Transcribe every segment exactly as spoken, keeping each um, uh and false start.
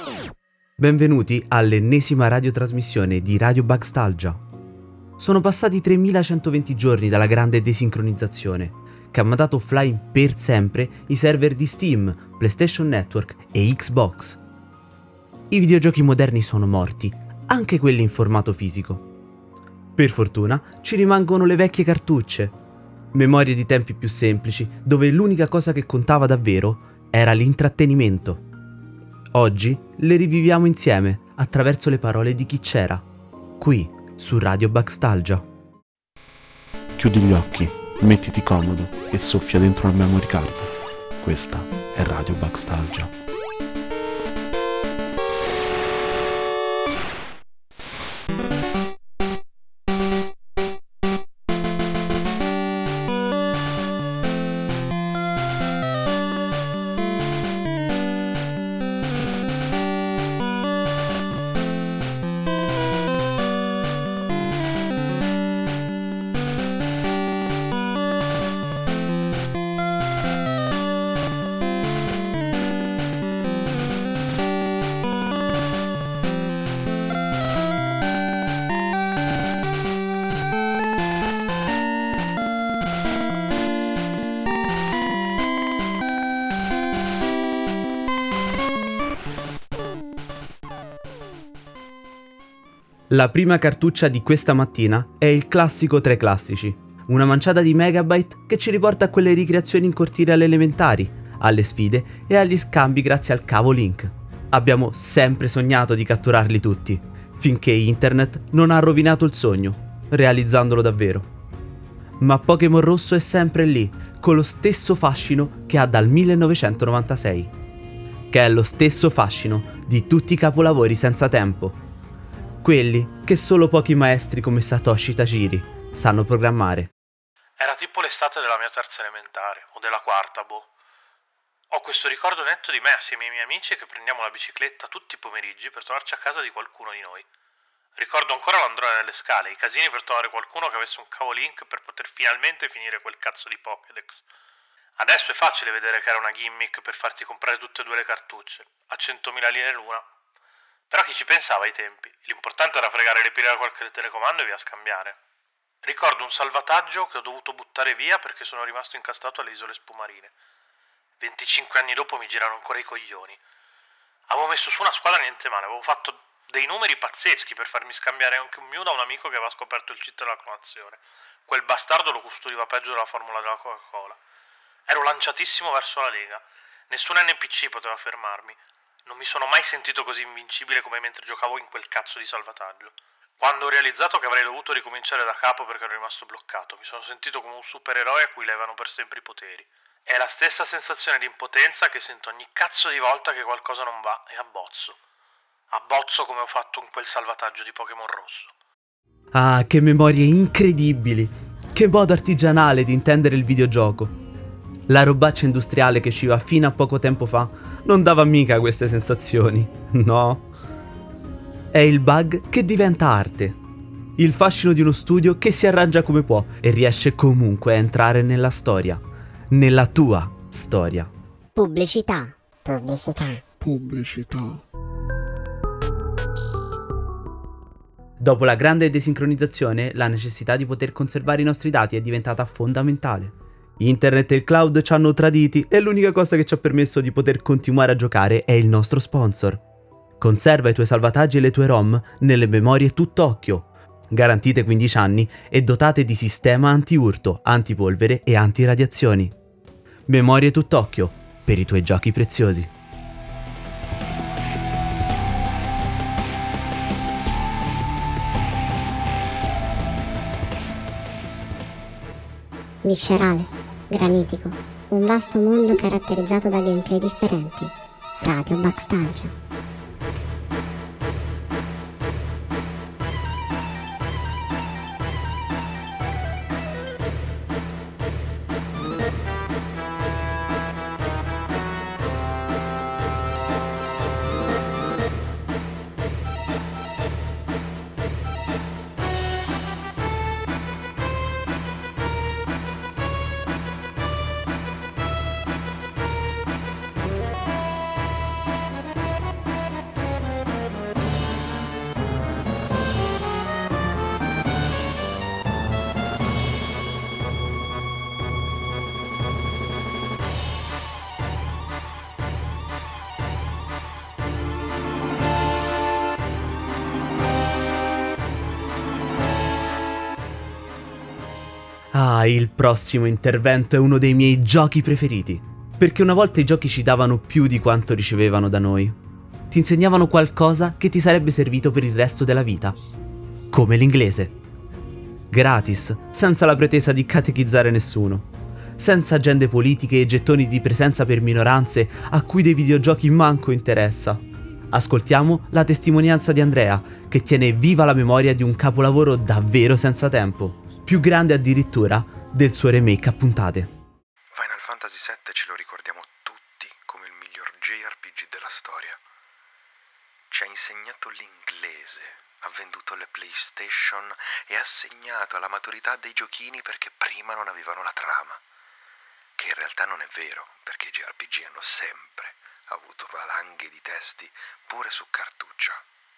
Benvenuti all'ennesima radiotrasmissione di Radio Bugstalgia. Sono passati tremilacentoventi giorni dalla grande desincronizzazione, che ha mandato offline per sempre i server di Steam, PlayStation Network e Xbox. I videogiochi moderni sono morti, anche quelli in formato fisico. Per fortuna ci rimangono le vecchie cartucce, memorie di tempi più semplici, dove l'unica cosa che contava davvero era l'intrattenimento. Oggi le riviviamo insieme attraverso le parole di chi c'era, qui su Radio Bugstalgia. Chiudi gli occhi, mettiti comodo e soffia dentro la memory card. Questa è Radio Bugstalgia. La prima cartuccia di questa mattina è il classico tre classici, una manciata di megabyte che ci riporta a quelle ricreazioni in cortile alle elementari, alle sfide e agli scambi grazie al cavo Link. Abbiamo sempre sognato di catturarli tutti, finché internet non ha rovinato il sogno, realizzandolo davvero. Ma Pokémon Rosso è sempre lì, con lo stesso fascino che ha dal millenovecentonovantasei, che è lo stesso fascino di tutti i capolavori senza tempo. Quelli che solo pochi maestri come Satoshi Tajiri sanno programmare. Era tipo l'estate della mia terza elementare, o della quarta, boh. Ho questo ricordo netto di me assieme ai miei amici che prendiamo la bicicletta tutti i pomeriggi per tornarci a casa di qualcuno di noi. Ricordo ancora l'androne nelle scale, i casini per trovare qualcuno che avesse un cavo Link per poter finalmente finire quel cazzo di Pokédex. Adesso è facile vedere che era una gimmick per farti comprare tutte e due le cartucce, a centomila lire l'una. Però chi ci pensava ai tempi? L'importante era fregare le pile da qualche telecomando e via scambiare. Ricordo un salvataggio che ho dovuto buttare via perché sono rimasto incastrato alle isole Spumarine. venticinque anni dopo mi girano ancora i coglioni. Avevo messo su una squadra niente male, avevo fatto dei numeri pazzeschi per farmi scambiare anche un Mew da un amico che aveva scoperto il cheat della clonazione. Quel bastardo lo custodiva peggio della formula della Coca-Cola. Ero lanciatissimo verso la Lega. Nessun N P C poteva fermarmi. Non mi sono mai sentito così invincibile come mentre giocavo in quel cazzo di salvataggio. Quando ho realizzato che avrei dovuto ricominciare da capo perché ero rimasto bloccato, mi sono sentito come un supereroe a cui levano per sempre i poteri. È la stessa sensazione di impotenza che sento ogni cazzo di volta che qualcosa non va e abbozzo. Abbozzo come ho fatto in quel salvataggio di Pokémon Rosso. Ah, che memorie incredibili! Che modo artigianale di intendere il videogioco! La robaccia industriale che usciva fino a poco tempo fa non dava mica queste sensazioni, no. È il bug che diventa arte. Il fascino di uno studio che si arrangia come può e riesce comunque a entrare nella storia. Nella tua storia. Pubblicità. Pubblicità. Pubblicità. Dopo la grande desincronizzazione, la necessità di poter conservare i nostri dati è diventata fondamentale. Internet e il cloud ci hanno traditi e l'unica cosa che ci ha permesso di poter continuare a giocare è il nostro sponsor. Conserva i tuoi salvataggi e le tue ROM nelle memorie tutt'occhio, garantite quindici anni e dotate di sistema anti-urto, antipolvere e antiradiazioni. Memorie tutt'occhio per i tuoi giochi preziosi. Viscerale, granitico, un vasto mondo caratterizzato da gameplay differenti. Radio Bugstalgia. Ah, il prossimo intervento è uno dei miei giochi preferiti, perché una volta i giochi ci davano più di quanto ricevevano da noi. Ti insegnavano qualcosa che ti sarebbe servito per il resto della vita, come l'inglese. Gratis, senza la pretesa di catechizzare nessuno, senza agende politiche e gettoni di presenza per minoranze a cui dei videogiochi manco interessa. Ascoltiamo la testimonianza di Andrea, che tiene viva la memoria di un capolavoro davvero senza tempo, più grande addirittura del suo remake a puntate. Final Fantasy sette ce lo ricordiamo tutti come il miglior J R P G della storia. Ci ha insegnato l'inglese, ha venduto le PlayStation e ha segnato alla maturità dei giochini perché prima non avevano la trama. Che in realtà non è vero, perché i J R P G hanno sempre avuto valanghe di testi pure su cartuccia.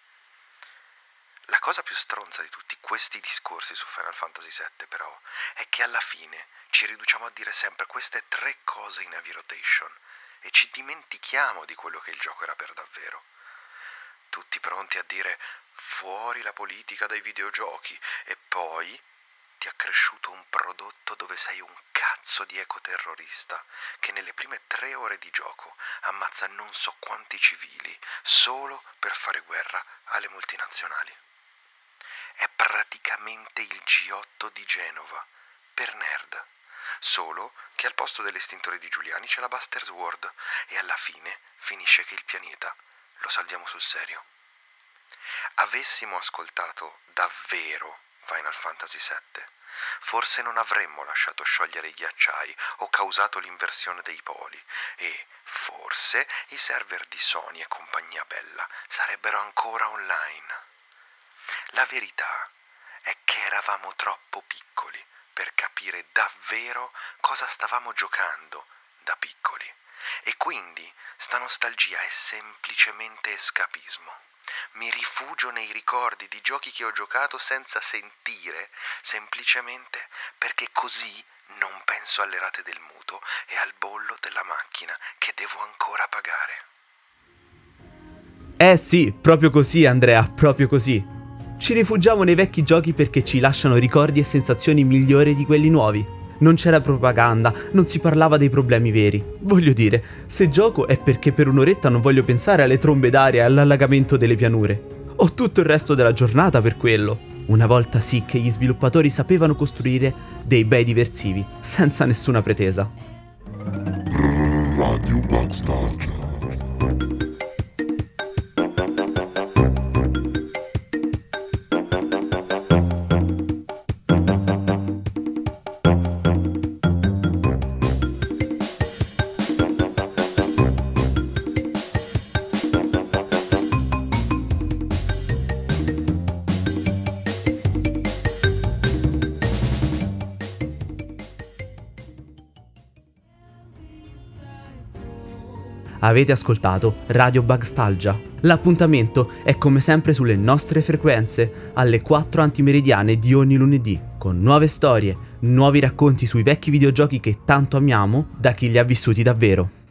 La cosa più stronza di tutti questi discorsi su Final Fantasy sette, però, è che alla fine ci riduciamo a dire sempre queste tre cose in heavy rotation e ci dimentichiamo di quello che il gioco era per davvero. Tutti pronti a dire fuori la politica dai videogiochi e poi ti ha cresciuto un prodotto dove sei un cazzo di ecoterrorista che nelle prime tre ore di gioco ammazza non so quanti civili solo per fare guerra alle multinazionali. È praticamente il G otto di Genova, per nerd, solo che al posto dell'estintore di Giuliani c'è la Buster Sword e alla fine finisce che il pianeta lo salviamo sul serio. Avessimo ascoltato davvero Final Fantasy sette, forse non avremmo lasciato sciogliere i ghiacciai o causato l'inversione dei poli e forse i server di Sony e compagnia bella sarebbero ancora online. La verità è che eravamo troppo piccoli per capire davvero cosa stavamo giocando da piccoli e quindi sta nostalgia è semplicemente escapismo. Mi rifugio nei ricordi di giochi che ho giocato senza sentire, semplicemente perché così non penso alle rate del mutuo e al bollo della macchina che devo ancora pagare. Eh sì, proprio così Andrea, proprio così. Ci rifugiamo nei vecchi giochi perché ci lasciano ricordi e sensazioni migliori di quelli nuovi. Non c'era propaganda, non si parlava dei problemi veri. Voglio dire, se gioco è perché per un'oretta non voglio pensare alle trombe d'aria e all'allagamento delle pianure. Ho tutto il resto della giornata per quello. Una volta sì che gli sviluppatori sapevano costruire dei bei diversivi, senza nessuna pretesa. Radio Backstage. Avete ascoltato Radio Backstalgia. L'appuntamento è come sempre sulle nostre frequenze, alle quattro antimeridiane di ogni lunedì, con nuove storie, nuovi racconti sui vecchi videogiochi che tanto amiamo da chi li ha vissuti davvero.